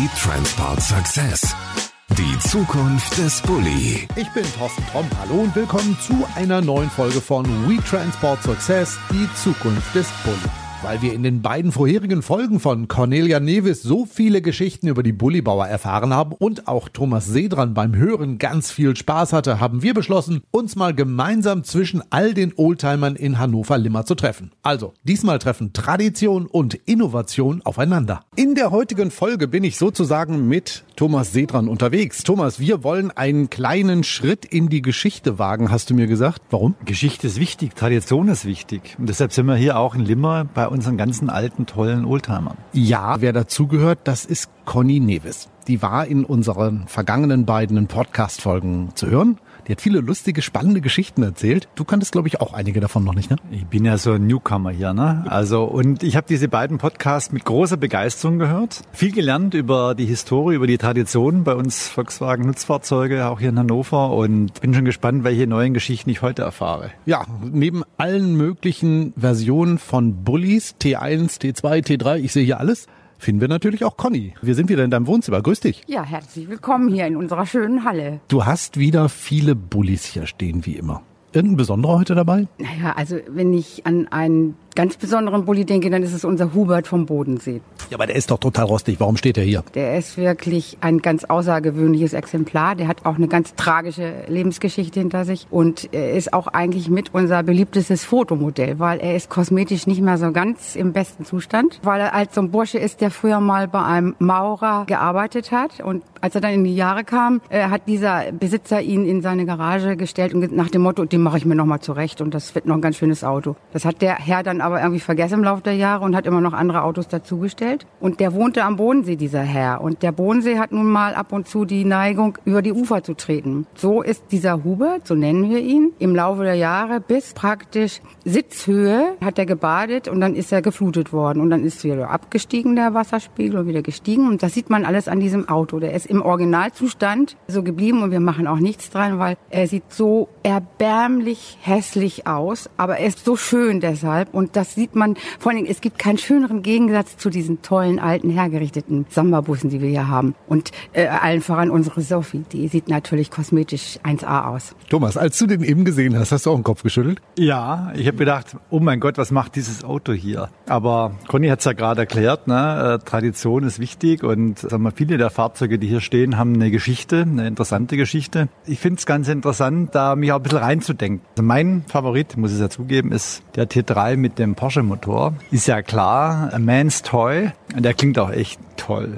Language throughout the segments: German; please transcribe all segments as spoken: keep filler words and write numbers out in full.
WeTransport Success. Die Zukunft des Bulli. Ich bin Thorsten Tromm, hallo und willkommen zu einer neuen Folge von WeTransport Success, die Zukunft des Bulli. Weil wir in den beiden vorherigen Folgen von Cornelia Newis so viele Geschichten über die Bullibauer erfahren haben und auch Thomas Sedran beim Hören ganz viel Spaß hatte, haben wir beschlossen, uns mal gemeinsam zwischen all den Oldtimern in Hannover-Limmer zu treffen. Also, diesmal treffen Tradition und Innovation aufeinander. In der heutigen Folge bin ich sozusagen mit Thomas Sedran unterwegs. Thomas, wir wollen einen kleinen Schritt in die Geschichte wagen, hast du mir gesagt. Warum? Geschichte ist wichtig, Tradition ist wichtig. Und deshalb sind wir hier auch in Limmer bei unseren ganzen alten, tollen Oldtimern. Ja, wer dazugehört, das ist Conny Newis. Die war in unseren vergangenen beiden Podcast-Folgen zu hören. Die hat viele lustige, spannende Geschichten erzählt. Du kanntest, glaube ich, auch einige davon noch nicht, ne? Ich bin ja so ein Newcomer hier, ne? Also, und ich habe diese beiden Podcasts mit großer Begeisterung gehört. Viel gelernt über die Historie, über die Tradition bei uns Volkswagen Nutzfahrzeuge, auch hier in Hannover. Und bin schon gespannt, welche neuen Geschichten ich heute erfahre. Ja, neben allen möglichen Versionen von Bullis, T eins, T zwei, T drei, ich sehe hier alles, finden wir natürlich auch Conny. Wir sind wieder in deinem Wohnzimmer. Grüß dich. Ja, herzlich willkommen hier in unserer schönen Halle. Du hast wieder viele Bullis hier stehen, wie immer. Irgendein besonderer heute dabei? Naja, also wenn ich an einen ganz besonderen Bulli denke, dann ist es unser Hubert vom Bodensee. Ja, aber der ist doch total rostig. Warum steht er hier? Der ist wirklich ein ganz außergewöhnliches Exemplar. Der hat auch eine ganz tragische Lebensgeschichte hinter sich. Und er ist auch eigentlich mit unser beliebtestes Fotomodell, weil er ist kosmetisch nicht mehr so ganz im besten Zustand. Weil er als so ein Bursche ist, der früher mal bei einem Maurer gearbeitet hat. Und als er dann in die Jahre kam, äh, hat dieser Besitzer ihn in seine Garage gestellt und nach dem Motto, den mache ich mir nochmal zurecht und das wird noch ein ganz schönes Auto. Das hat der Herr dann aber irgendwie vergessen im Laufe der Jahre und hat immer noch andere Autos dazugestellt. Und der wohnte am Bodensee, dieser Herr. Und der Bodensee hat nun mal ab und zu die Neigung, über die Ufer zu treten. So ist dieser Hubert, so nennen wir ihn, im Laufe der Jahre bis praktisch Sitzhöhe hat er gebadet und dann ist er geflutet worden. Und dann ist wieder abgestiegen, der Wasserspiegel, und wieder gestiegen. Und das sieht man alles an diesem Auto. Der ist im Originalzustand so geblieben und wir machen auch nichts dran, weil er sieht so erbärmlich hässlich aus. Aber er ist so schön deshalb. Und das sieht man, vor allem, es gibt keinen schöneren Gegensatz zu diesen tollen, alten, hergerichteten Samba-Bussen, die wir hier haben. Und äh, allen voran unsere Sophie, die sieht natürlich kosmetisch eins A aus. Thomas, als du den eben gesehen hast, hast du auch den Kopf geschüttelt? Ja, ich habe gedacht, oh mein Gott, was macht dieses Auto hier? Aber Conny hat es ja gerade erklärt, ne? Äh, Tradition ist wichtig und sagen wir, viele der Fahrzeuge, die hier stehen, haben eine Geschichte, eine interessante Geschichte. Ich finde es ganz interessant, da mich auch ein bisschen reinzudenken. Also mein Favorit, muss ich ja zugeben, ist der T drei mit dem Porsche-Motor. Ist ja klar, a man's toy. Und der klingt auch echt toll.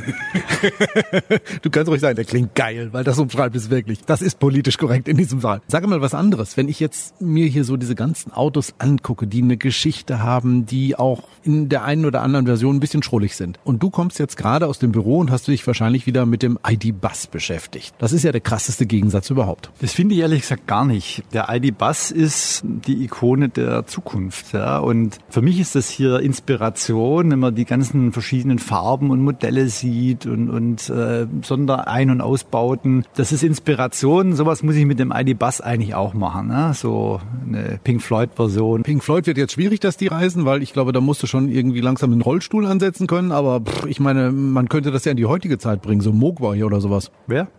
Du kannst ruhig sagen, der klingt geil, weil das umschreibt es wirklich. Das ist politisch korrekt in diesem Fall. Sag mal was anderes. Wenn ich jetzt mir hier so diese ganzen Autos angucke, die eine Geschichte haben, die auch in der einen oder anderen Version ein bisschen schrullig sind. Und du kommst jetzt gerade aus dem Büro und hast dich wahrscheinlich wieder mit dem I D-Bus beschäftigt. Das ist ja der krasseste Gegensatz überhaupt. Das finde ich ehrlich gesagt gar nicht. Der I D-Bus ist die Ikone der Zukunft. Ja? Und für mich ist das hier Inspiration, wenn man die ganzen verschiedenen Farben und Modelle sieht und, und äh, Sonderein- und Ausbauten. Das ist Inspiration. Sowas muss ich mit dem I D-Bus eigentlich auch machen. Ne? So eine Pink Floyd-Version. Pink Floyd wird jetzt schwierig, dass die reisen, weil ich glaube, da musst du schon irgendwie langsam einen Rollstuhl ansetzen können. Aber pff, ich meine, man könnte das ja in die heutige Zeit bringen. So Mogwai hier oder sowas. Wer?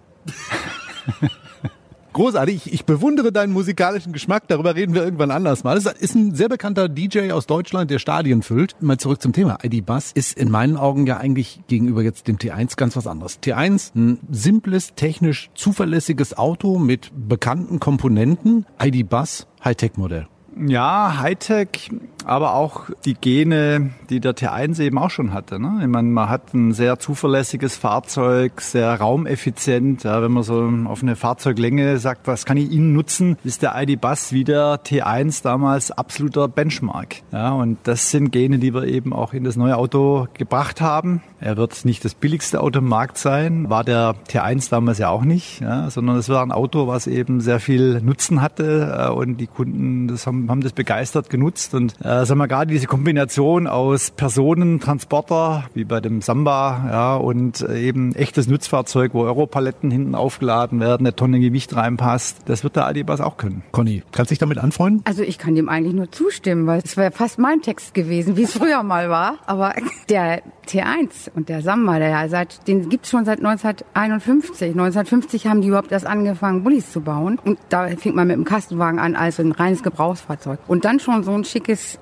Großartig, ich bewundere deinen musikalischen Geschmack, darüber reden wir irgendwann anders mal. Das ist ein sehr bekannter D J aus Deutschland, der Stadien füllt. Mal zurück zum Thema. I D-Bus ist in meinen Augen ja eigentlich gegenüber jetzt dem T eins ganz was anderes. T eins, ein simples, technisch zuverlässiges Auto mit bekannten Komponenten. I D-Bus, Hightech-Modell. Ja, Hightech, aber auch die Gene, die der T eins eben auch schon hatte. Ne? Ich meine, man hat ein sehr zuverlässiges Fahrzeug, sehr raumeffizient. Ja, wenn man so auf eine Fahrzeuglänge sagt, was kann ich Ihnen nutzen, ist der I D-Bus wie der T eins damals absoluter Benchmark. Ja, und das sind Gene, die wir eben auch in das neue Auto gebracht haben. Er wird nicht das billigste Auto im Markt sein, war der T eins damals ja auch nicht, ja, sondern es war ein Auto, was eben sehr viel Nutzen hatte und die Kunden das haben, haben das begeistert genutzt und äh, äh, sagen wir gerade diese Kombination aus Personentransporter, wie bei dem Samba, ja, und eben echtes Nutzfahrzeug, wo Europaletten hinten aufgeladen werden, eine Tonne Gewicht reinpasst, das wird der Aldi-Bus auch können. Conny, kannst du dich damit anfreunden? Also ich kann dem eigentlich nur zustimmen, weil es wäre fast mein Text gewesen, wie es früher mal war. Aber der T eins und der Samba, der ja seit, den gibt's schon seit neunzehnhunderteinundfünfzig. neunzehnhundertfünfzig haben die überhaupt erst angefangen, Bullis zu bauen. Und da fing man mit dem Kastenwagen an, also ein reines Gebrauchsfahrzeug. Und dann schon so ein schickes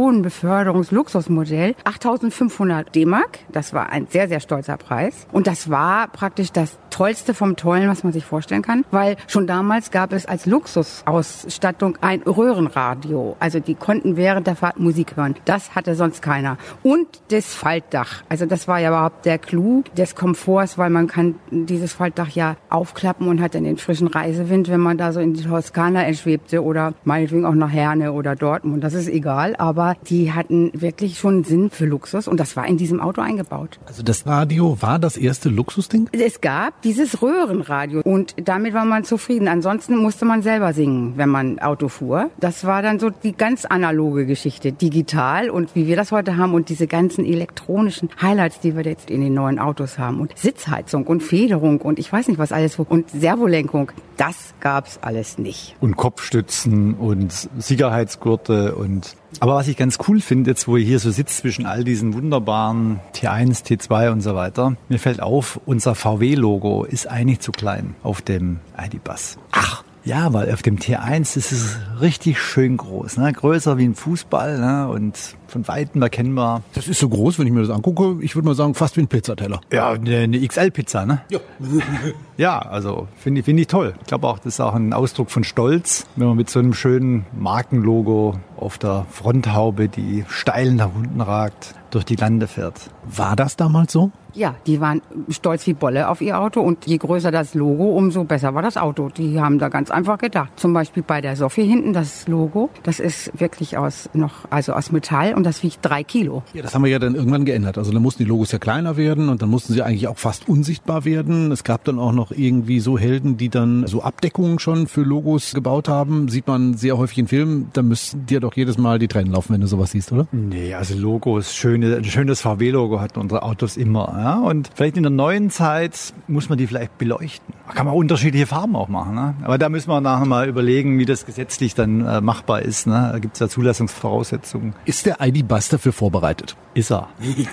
Personenbeförderungs-Luxusmodell. achttausendfünfhundert D-Mark, das war ein sehr, sehr stolzer Preis. Und das war praktisch das Tollste vom Tollen, was man sich vorstellen kann. Weil schon damals gab es als Luxusausstattung ein Röhrenradio. Also die konnten während der Fahrt Musik hören. Das hatte sonst keiner. Und das Faltdach. Also das war ja überhaupt der Clou des Komforts, weil man kann dieses Faltdach ja aufklappen und hat dann den frischen Reisewind, wenn man da so in die Toskana entschwebte oder meinetwegen auch nach Herne oder Dortmund. Das ist egal, aber die hatten wirklich schon Sinn für Luxus und das war in diesem Auto eingebaut. Also das Radio war das erste Luxusding? Es gab dieses Röhrenradio und damit war man zufrieden. Ansonsten musste man selber singen, wenn man Auto fuhr. Das war dann so die ganz analoge Geschichte, digital und wie wir das heute haben und diese ganzen elektronischen Highlights, die wir jetzt in den neuen Autos haben und Sitzheizung und Federung und ich weiß nicht was alles und Servolenkung, das gab's alles nicht. Und Kopfstützen und Sicherheitsgurte und aber was ich ganz cool finde, jetzt wo ihr hier so sitzt zwischen all diesen wunderbaren T eins, T zwei und so weiter, mir fällt auf, unser V W-Logo ist eigentlich zu klein auf dem Aldi-Bus. Ach, ja, weil auf dem T eins ist es richtig schön groß, ne? Größer wie ein Fußball, ne? Und von Weitem erkennbar. Das ist so groß, wenn ich mir das angucke. Ich würde mal sagen, fast wie ein Pizzateller. Ja, eine, eine X L-Pizza, ne? Ja. Ja, also finde ich, finde ich toll. Ich glaube auch, das ist auch ein Ausdruck von Stolz, wenn man mit so einem schönen Markenlogo auf der Fronthaube, die steil nach unten ragt, durch die Lande fährt. War das damals so? Ja, die waren stolz wie Bolle auf ihr Auto und je größer das Logo, umso besser war das Auto. Die haben da ganz einfach gedacht. Zum Beispiel bei der Sophie hinten das Logo, das ist wirklich aus noch also aus Metall und das wiegt drei Kilo. Ja, das haben wir ja dann irgendwann geändert. Also dann mussten die Logos ja kleiner werden und dann mussten sie eigentlich auch fast unsichtbar werden. Es gab dann auch noch irgendwie so Helden, die dann so Abdeckungen schon für Logos gebaut haben. Sieht man sehr häufig in Filmen. Da müssen dir doch jedes Mal die Tränen laufen, wenn du sowas siehst, oder? Nee, also Logos, schöne, ein schönes V W-Logo hatten unsere Autos immer. Ja? Und vielleicht in der neuen Zeit muss man die vielleicht beleuchten. Da kann man unterschiedliche Farben auch machen. Ne? Aber da müssen wir nachher mal überlegen, wie das gesetzlich dann äh, machbar ist. Ne? Da gibt es ja Zulassungsvoraussetzungen. Ist der Aldi-Bus dafür vorbereitet? Ist er.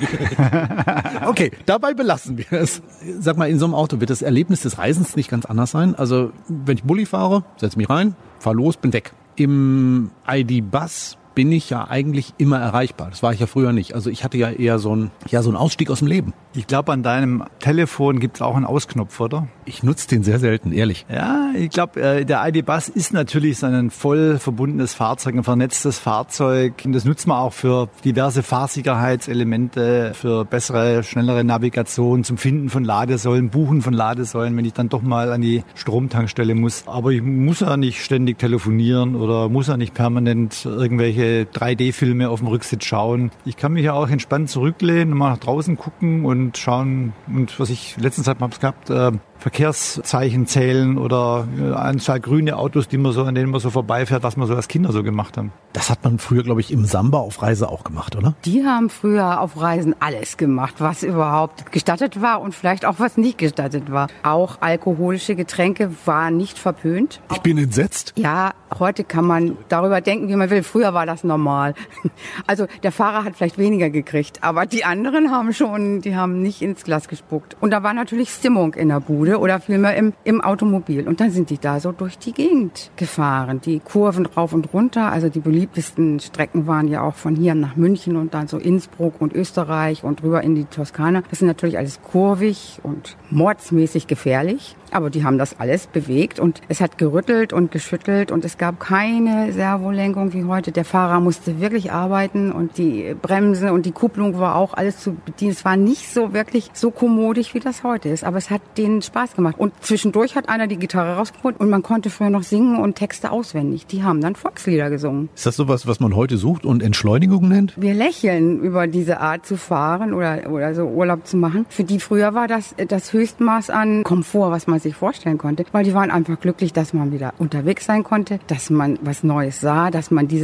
Okay, dabei belassen wir es. Sag mal, in so einem Auto wird das Erlebnis des Reisens nicht ganz anders sein? Also, wenn ich Bulli fahre, setze mich rein, fahr los, bin weg. Im Aldi-Bus bin ich ja eigentlich immer erreichbar. Das war ich ja früher nicht. Also ich hatte ja eher so einen, ja, so einen Ausstieg aus dem Leben. Ich glaube, an deinem Telefon gibt es auch einen Ausknopf, oder? Ich nutze den sehr selten, ehrlich. Ja, ich glaube, der Aldi-Bus ist natürlich so ein voll verbundenes Fahrzeug, ein vernetztes Fahrzeug. Und das nutzt man auch für diverse Fahrsicherheitselemente, für bessere, schnellere Navigation, zum Finden von Ladesäulen, Buchen von Ladesäulen, wenn ich dann doch mal an die Stromtankstelle muss. Aber ich muss ja nicht ständig telefonieren oder muss ja nicht permanent irgendwelche drei D-Filme auf dem Rücksitz schauen. Ich kann mich ja auch entspannt zurücklehnen und mal nach draußen gucken und schauen. Und was ich letztens habe ich gehabt, äh, Verkehrszeichen zählen oder äh, Anzahl grüne Autos, die man so, an denen man so vorbeifährt, was wir so als Kinder so gemacht haben. Das hat man früher, glaube ich, im Samba auf Reise auch gemacht, oder? Die haben früher auf Reisen alles gemacht, was überhaupt gestattet war und vielleicht auch was nicht gestattet war. Auch alkoholische Getränke waren nicht verpönt. Ich bin entsetzt. Ja, heute kann man darüber denken, wie man will. Früher war das normal. Also der Fahrer hat vielleicht weniger gekriegt, aber die anderen haben schon, die haben nicht ins Glas gespuckt. Und da war natürlich Stimmung in der Bude oder vielmehr im, im Automobil. Und dann sind die da so durch die Gegend gefahren. Die Kurven rauf und runter, also die beliebtesten Strecken waren ja auch von hier nach München und dann so Innsbruck und Österreich und rüber in die Toskana. Das sind natürlich alles kurvig und mordsmäßig gefährlich. Aber die haben das alles bewegt und es hat gerüttelt und geschüttelt und es gab keine Servolenkung wie heute. Der Fahrer musste wirklich arbeiten und die Bremsen und die Kupplung war auch alles zu bedienen. Es war nicht so wirklich so kommodisch, wie das heute ist, aber es hat denen Spaß gemacht. Und zwischendurch hat einer die Gitarre rausgeholt und man konnte früher noch singen und Texte auswendig. Die haben dann Volkslieder gesungen. Ist das sowas, was man heute sucht und Entschleunigung nennt? Wir lächeln über diese Art zu fahren oder, oder so Urlaub zu machen. Für die früher war das das Höchstmaß an Komfort, was man sich vorstellen konnte, weil die waren einfach glücklich, dass man wieder unterwegs sein konnte, dass man was Neues sah, dass man dieses Auto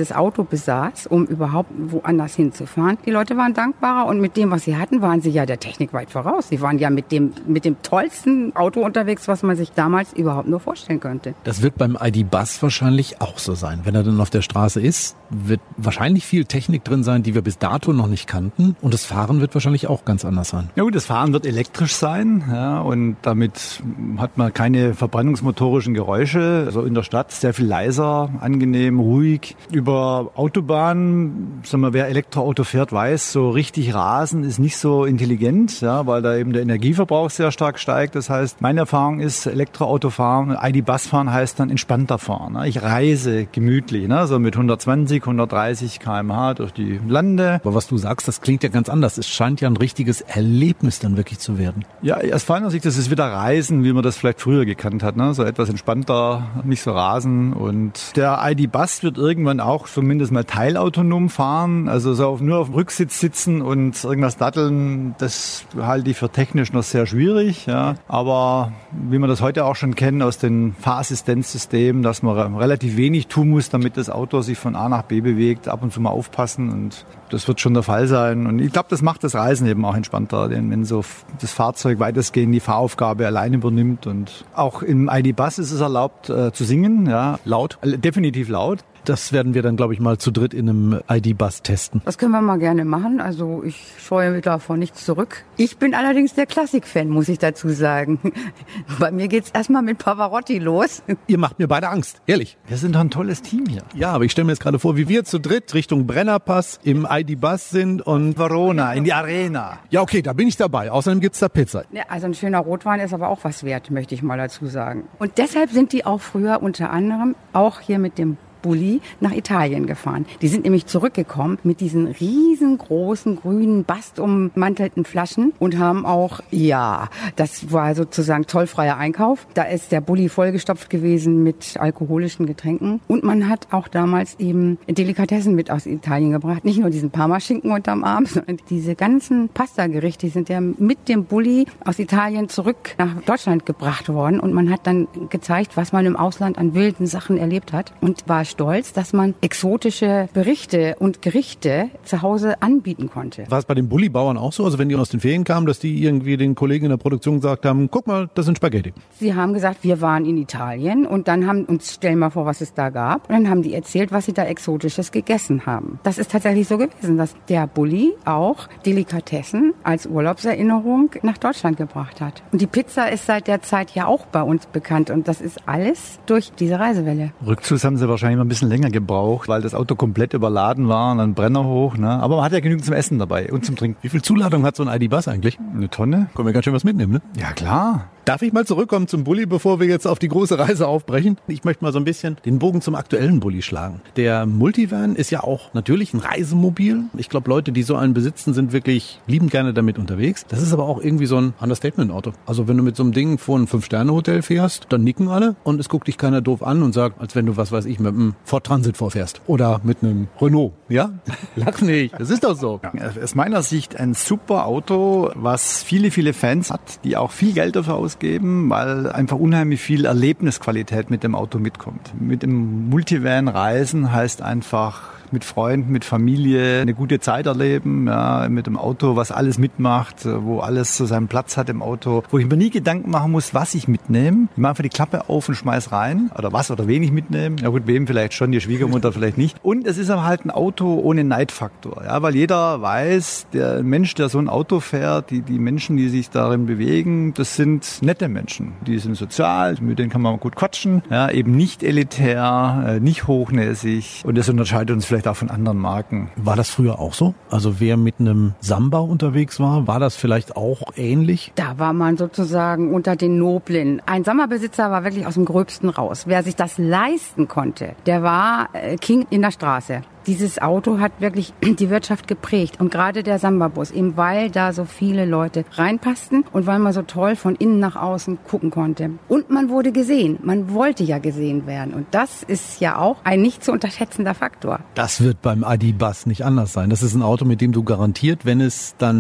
besaß, um überhaupt woanders hinzufahren. Die Leute waren dankbarer und mit dem, was sie hatten, waren sie ja der Technik weit voraus. Sie waren ja mit dem, mit dem tollsten Auto unterwegs, was man sich damals überhaupt nur vorstellen könnte. Das wird beim I D Buzz wahrscheinlich auch so sein. Wenn er dann auf der Straße ist, wird wahrscheinlich viel Technik drin sein, die wir bis dato noch nicht kannten. Und das Fahren wird wahrscheinlich auch ganz anders sein. Ja gut, das Fahren wird elektrisch sein, ja, und damit hat man keine verbrennungsmotorischen Geräusche. Also in der Stadt sehr viel leiser, angenehm, ruhig. Über Autobahnen, sagen wir, wer Elektroauto fährt, weiß, so richtig rasen ist nicht so intelligent, ja, weil da eben der Energieverbrauch sehr stark steigt. Das heißt, meine Erfahrung ist, Elektroautofahren, I D Buzz fahren heißt dann entspannter fahren. Ne? Ich reise gemütlich, ne? So mit hundertzwanzig, hundertdreißig Kilometer pro Stunde durch die Lande. Aber was du sagst, das klingt ja ganz anders. Es scheint ja ein richtiges Erlebnis dann wirklich zu werden. Ja, aus meiner Sicht, das ist wieder Reisen, wie man das vielleicht früher gekannt hat. Ne? So etwas entspannter, nicht so rasen. Und der I D Buzz wird irgendwann auch zumindest mal teilautonom fahren. Also so auf, nur auf dem Rücksitz sitzen und irgendwas datteln, das halte ich für technisch noch sehr schwierig. Ja. Aber wie man das heute auch schon kennt aus den Fahrassistenzsystemen, dass man relativ wenig tun muss, damit das Auto sich von A nach B bewegt, ab und zu mal aufpassen, und das wird schon der Fall sein. Und ich glaube, das macht das Reisen eben auch entspannter, wenn so das Fahrzeug weitestgehend die Fahraufgabe allein übernimmt. Und auch im I D Buzz ist es erlaubt äh, zu singen, ja, Laut? Definitiv laut. Das werden wir dann, glaube ich, mal zu dritt in einem I D Buzz testen. Das können wir mal gerne machen. Also ich scheue mich davor nichts zurück. Ich bin allerdings der Klassik-Fan, muss ich dazu sagen. Bei mir geht's erstmal mit Pavarotti los. Ihr macht mir beide Angst, ehrlich. Wir sind doch ein tolles Team hier. Ja, aber ich stelle mir jetzt gerade vor, wie wir zu dritt Richtung Brennerpass im I D Buzz sind und Verona, in die Arena. Ja, okay, da bin ich dabei. Außerdem gibt's da Pizza. Ja, also ein schöner Rotwein ist aber auch was wert, möchte ich mal dazu sagen. Und deshalb sind die auch früher unter anderem auch hier mit dem Bulli nach Italien gefahren. Die sind nämlich zurückgekommen mit diesen riesengroßen grünen bastummantelten Flaschen und haben auch, ja, das war sozusagen zollfreier Einkauf. Da ist der Bulli vollgestopft gewesen mit alkoholischen Getränken und man hat auch damals eben Delikatessen mit aus Italien gebracht. Nicht nur diesen Parmaschinken unterm Arm, sondern diese ganzen Pasta-Gerichte sind ja mit dem Bulli aus Italien zurück nach Deutschland gebracht worden und man hat dann gezeigt, was man im Ausland an wilden Sachen erlebt hat und war stolz, dass man exotische Berichte und Gerichte zu Hause anbieten konnte. War es bei den Bullibauern auch so? Also wenn die aus den Ferien kamen, dass die irgendwie den Kollegen in der Produktion gesagt haben, guck mal, das sind Spaghetti. Sie haben gesagt, wir waren in Italien und dann haben uns, stell mal vor, was es da gab. Und dann haben die erzählt, was sie da Exotisches gegessen haben. Das ist tatsächlich so gewesen, dass der Bulli auch Delikatessen als Urlaubserinnerung nach Deutschland gebracht hat. Und die Pizza ist seit der Zeit ja auch bei uns bekannt und das ist alles durch diese Reisewelle. Rückzugs haben sie wahrscheinlich ein bisschen länger gebraucht, weil das Auto komplett überladen war und dann Brenner hoch. Ne? Aber man hat ja genügend zum Essen dabei und zum Trinken. Wie viel Zuladung hat so ein I D Buzz eigentlich? Eine Tonne. Können wir ganz schön was mitnehmen, ne? Ja, klar. Darf ich mal zurückkommen zum Bulli, bevor wir jetzt auf die große Reise aufbrechen? Ich möchte mal so ein bisschen den Bogen zum aktuellen Bulli schlagen. Der Multivan ist ja auch natürlich ein Reisemobil. Ich glaube, Leute, die so einen besitzen, sind wirklich liebend gerne damit unterwegs. Das ist aber auch irgendwie so ein Understatement-Auto. Also wenn du mit so einem Ding vor ein Fünf-Sterne-Hotel fährst, dann nicken alle und es guckt dich keiner doof an und sagt, als wenn du, was weiß ich, mit einem Ford Transit vorfährst oder mit einem Renault. Ja? Lach nicht. Das ist doch so. Ja, aus meiner Sicht ein super Auto, was viele, viele Fans hat, die auch viel Geld dafür ausgeben. Geben, weil einfach unheimlich viel Erlebnisqualität mit dem Auto mitkommt. Mit dem Multivan reisen heißt einfach mit Freunden, mit Familie eine gute Zeit erleben, ja, mit dem Auto, was alles mitmacht, wo alles so seinen Platz hat im Auto, wo ich mir nie Gedanken machen muss, was ich mitnehme. Ich mache einfach die Klappe auf und schmeiß rein oder was oder wenig mitnehmen. Ja gut, wem vielleicht schon, die Schwiegermutter vielleicht nicht. Und es ist aber halt ein Auto ohne Neidfaktor, ja, weil jeder weiß, der Mensch, der so ein Auto fährt, die, die Menschen, die sich darin bewegen, das sind nette Menschen. Die sind sozial, mit denen kann man gut quatschen, ja, eben nicht elitär, nicht hochnäsig und das unterscheidet uns vielleicht auch von anderen Marken. War das früher auch so? Also wer mit einem Samba unterwegs war, war das vielleicht auch ähnlich? Da war man sozusagen unter den Noblen. Ein Samba-Besitzer war wirklich aus dem Gröbsten raus. Wer sich das leisten konnte, der war King in der Straße. Dieses Auto hat wirklich die Wirtschaft geprägt und gerade der Samba-Bus, eben weil da so viele Leute reinpassten und weil man so toll von innen nach außen gucken konnte. Und man wurde gesehen, man wollte ja gesehen werden und das ist ja auch ein nicht zu unterschätzender Faktor. Das wird beim I D Buzz nicht anders sein. Das ist ein Auto, mit dem du garantiert, wenn es dann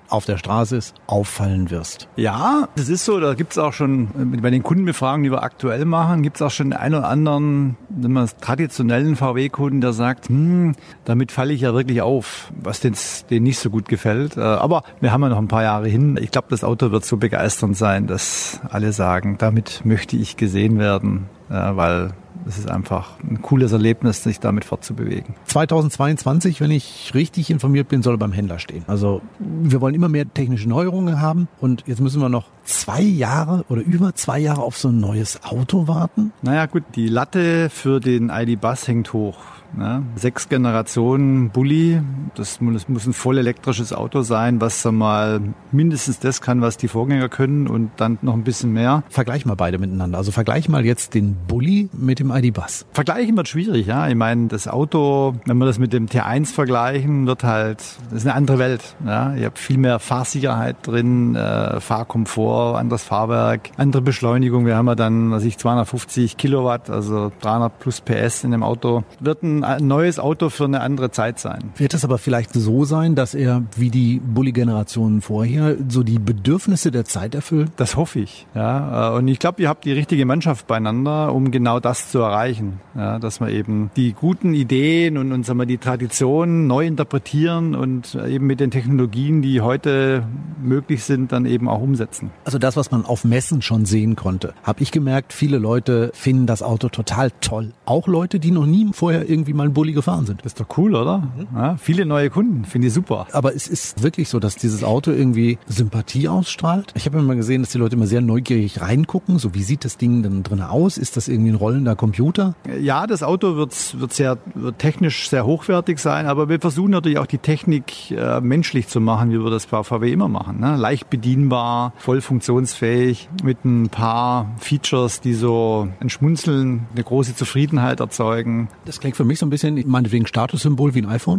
auf der Straße ist, auffallen wirst. Ja, das ist so. Da gibt's auch schon, bei den Kundenbefragungen, die wir aktuell machen, gibt's auch schon den einen oder anderen, wenn man traditionellen V W-Kunden, der sagt, hm, damit falle ich ja wirklich auf, was denen nicht so gut gefällt. Aber wir haben ja noch ein paar Jahre hin. Ich glaube, das Auto wird so begeisternd sein, dass alle sagen, damit möchte ich gesehen werden, weil es ist einfach ein cooles Erlebnis, sich damit fortzubewegen. zweitausendzweiundzwanzig, wenn ich richtig informiert bin, soll er beim Händler stehen. Also wir wollen immer mehr technische Neuerungen haben und jetzt müssen wir noch zwei Jahre oder über zwei Jahre auf so ein neues Auto warten? Naja gut, die Latte für den I D. Buzz hängt hoch. Ne? Sechs Generationen Bulli, das muss ein voll elektrisches Auto sein, was dann mal mindestens das kann, was die Vorgänger können und dann noch ein bisschen mehr. Vergleich mal beide miteinander. Also vergleich mal jetzt den Bulli mit dem I D. Buzz. Vergleichen wird schwierig, ja. Ich meine, das Auto, wenn wir das mit dem T eins vergleichen, wird halt, das ist eine andere Welt. Ja. Ihr habt viel mehr Fahrsicherheit drin, äh, Fahrkomfort, anderes Fahrwerk, andere Beschleunigung. Wir haben ja dann, was ich, zweihundertfünfzig Kilowatt, also dreihundert plus P S in dem Auto. Wird ein ein neues Auto für eine andere Zeit sein. Wird es aber vielleicht so sein, dass er, wie die Bulli-Generationen vorher, so die Bedürfnisse der Zeit erfüllt? Das hoffe ich. Ja. Und ich glaube, ihr habt die richtige Mannschaft beieinander, um genau das zu erreichen. Ja, dass wir eben die guten Ideen und, und sagen wir, die Traditionen neu interpretieren und eben mit den Technologien, die heute möglich sind, dann eben auch umsetzen. Also das, was man auf Messen schon sehen konnte, habe ich gemerkt, viele Leute finden das Auto total toll. Auch Leute, die noch nie vorher irgendwie mal einen Bulli gefahren sind. Das ist doch cool, oder? Mhm. Ja, viele neue Kunden, finde ich super. Aber es ist wirklich so, dass dieses Auto irgendwie Sympathie ausstrahlt. Ich habe immer gesehen, dass die Leute immer sehr neugierig reingucken. So, wie sieht das Ding denn drin aus? Ist das irgendwie ein rollender Computer? Ja, das Auto wird, wird, sehr, wird technisch sehr hochwertig sein, aber wir versuchen natürlich auch die Technik äh, menschlich zu machen, wie wir das bei V W immer machen. Ne? Leicht bedienbar, voll funktionsfähig, mit ein paar Features, die so ein Schmunzeln, eine große Zufriedenheit erzeugen. Das klingt für mich so ein bisschen, meinetwegen Statussymbol wie ein iPhone?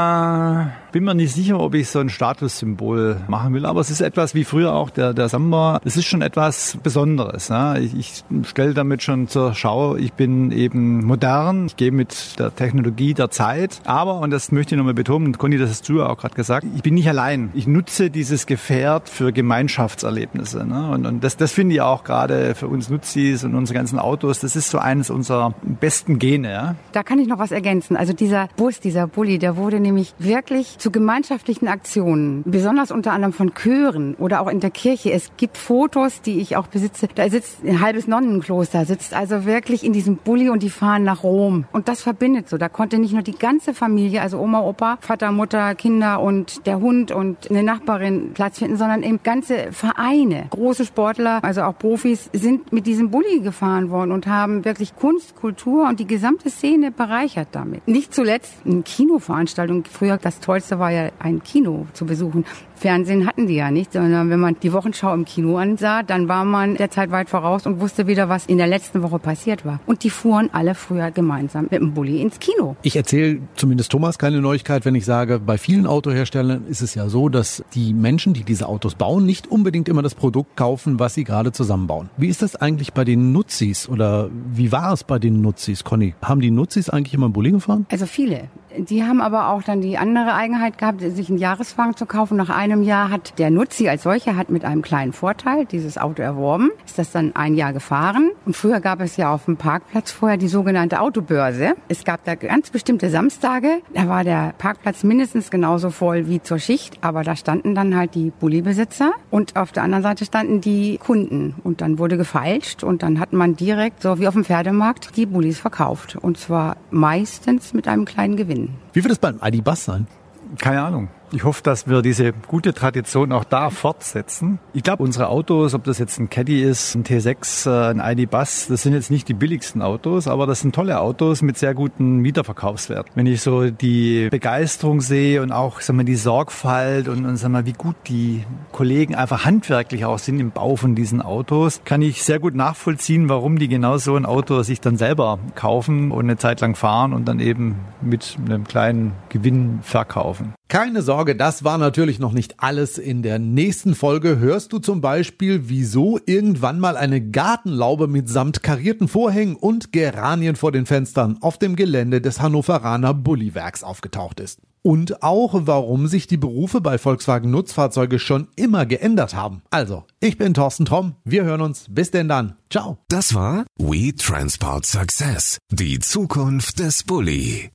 Äh, bin mir nicht sicher, ob ich so ein Statussymbol machen will, aber es ist etwas wie früher auch der, der Samba. Es ist schon etwas Besonderes. Ne? Ich, ich stelle damit schon zur Schau, ich bin eben modern, ich gehe mit der Technologie der Zeit, aber, und das möchte ich nochmal betonen, und Conny, das hast du ja auch gerade gesagt, ich bin nicht allein. Ich nutze dieses Gefährt für Gemeinschaftserlebnisse. Ne? Und, und das, das finde ich auch gerade für uns Nutzis und unsere ganzen Autos, das ist so eines unserer besten Gene. Ja? Da kann ich noch was ergänzen. Also dieser Bus, dieser Bulli, der wurde nämlich wirklich zu gemeinschaftlichen Aktionen, besonders unter anderem von Chören oder auch in der Kirche. Es gibt Fotos, die ich auch besitze. Da sitzt ein halbes Nonnenkloster, sitzt also wirklich in diesem Bulli und die fahren nach Rom. Und das verbindet so. Da konnte nicht nur die ganze Familie, also Oma, Opa, Vater, Mutter, Kinder und der Hund und eine Nachbarin Platz finden, sondern eben ganze Vereine. Große Sportler, also auch Profis, sind mit diesem Bulli gefahren worden und haben wirklich Kunst, Kultur und die gesamte Szene bereichert damit. Nicht zuletzt eine Kinoveranstaltung. Früher das Tollste war ja ein Kino zu besuchen. Fernsehen hatten die ja nicht, sondern wenn man die Wochenschau im Kino ansah, dann war man der Zeit weit voraus und wusste wieder, was in der letzten Woche passiert war. Und die fuhren alle früher gemeinsam mit dem Bulli ins Kino. Ich erzähle zumindest Thomas keine Neuigkeit, wenn ich sage, bei vielen Autoherstellern ist es ja so, dass die Menschen, die diese Autos bauen, nicht unbedingt immer das Produkt kaufen, was sie gerade zusammenbauen. Wie ist das eigentlich bei den Nutzis oder wie war es bei den Nutzis, Conny? Haben die Nutzis eigentlich immer einen Bulli gefahren? Also viele. Die haben aber auch dann die andere Eigenheit gehabt, sich einen Jahreswagen zu kaufen. Nach einem Jahr hat der Nutzi als solcher hat mit einem kleinen Vorteil dieses Auto erworben, ist das dann ein Jahr gefahren. Und früher gab es ja auf dem Parkplatz vorher die sogenannte Autobörse. Es gab da ganz bestimmte Samstage, da war der Parkplatz mindestens genauso voll wie zur Schicht, aber da standen dann halt die Bulli-Besitzer und auf der anderen Seite standen die Kunden. Und dann wurde gefeilscht und dann hat man direkt, so wie auf dem Pferdemarkt, die Bullis verkauft. Und zwar meistens mit einem kleinen Gewinn. Wie wird es beim I D. Buzz sein? Keine Ahnung. Ich hoffe, dass wir diese gute Tradition auch da fortsetzen. Ich glaube, unsere Autos, ob das jetzt ein Caddy ist, ein T sechs, ein I D. Buzz, das sind jetzt nicht die billigsten Autos, aber das sind tolle Autos mit sehr guten Wiederverkaufswert. Wenn ich so die Begeisterung sehe und auch, sagen wir, die Sorgfalt und, und sagen wir, wie gut die Kollegen einfach handwerklich auch sind im Bau von diesen Autos, kann ich sehr gut nachvollziehen, warum die genau so ein Auto sich dann selber kaufen und eine Zeit lang fahren und dann eben mit einem kleinen Gewinn verkaufen. Keine Sorge, das war natürlich noch nicht alles. In der nächsten Folge hörst du zum Beispiel, wieso irgendwann mal eine Gartenlaube mitsamt karierten Vorhängen und Geranien vor den Fenstern auf dem Gelände des Hannoveraner Bulli-Werks aufgetaucht ist. Und auch, warum sich die Berufe bei Volkswagen Nutzfahrzeuge schon immer geändert haben. Also, ich bin Thorsten Tromm, wir hören uns. Bis denn dann. Ciao. Das war We Transport Success, die Zukunft des Bulli.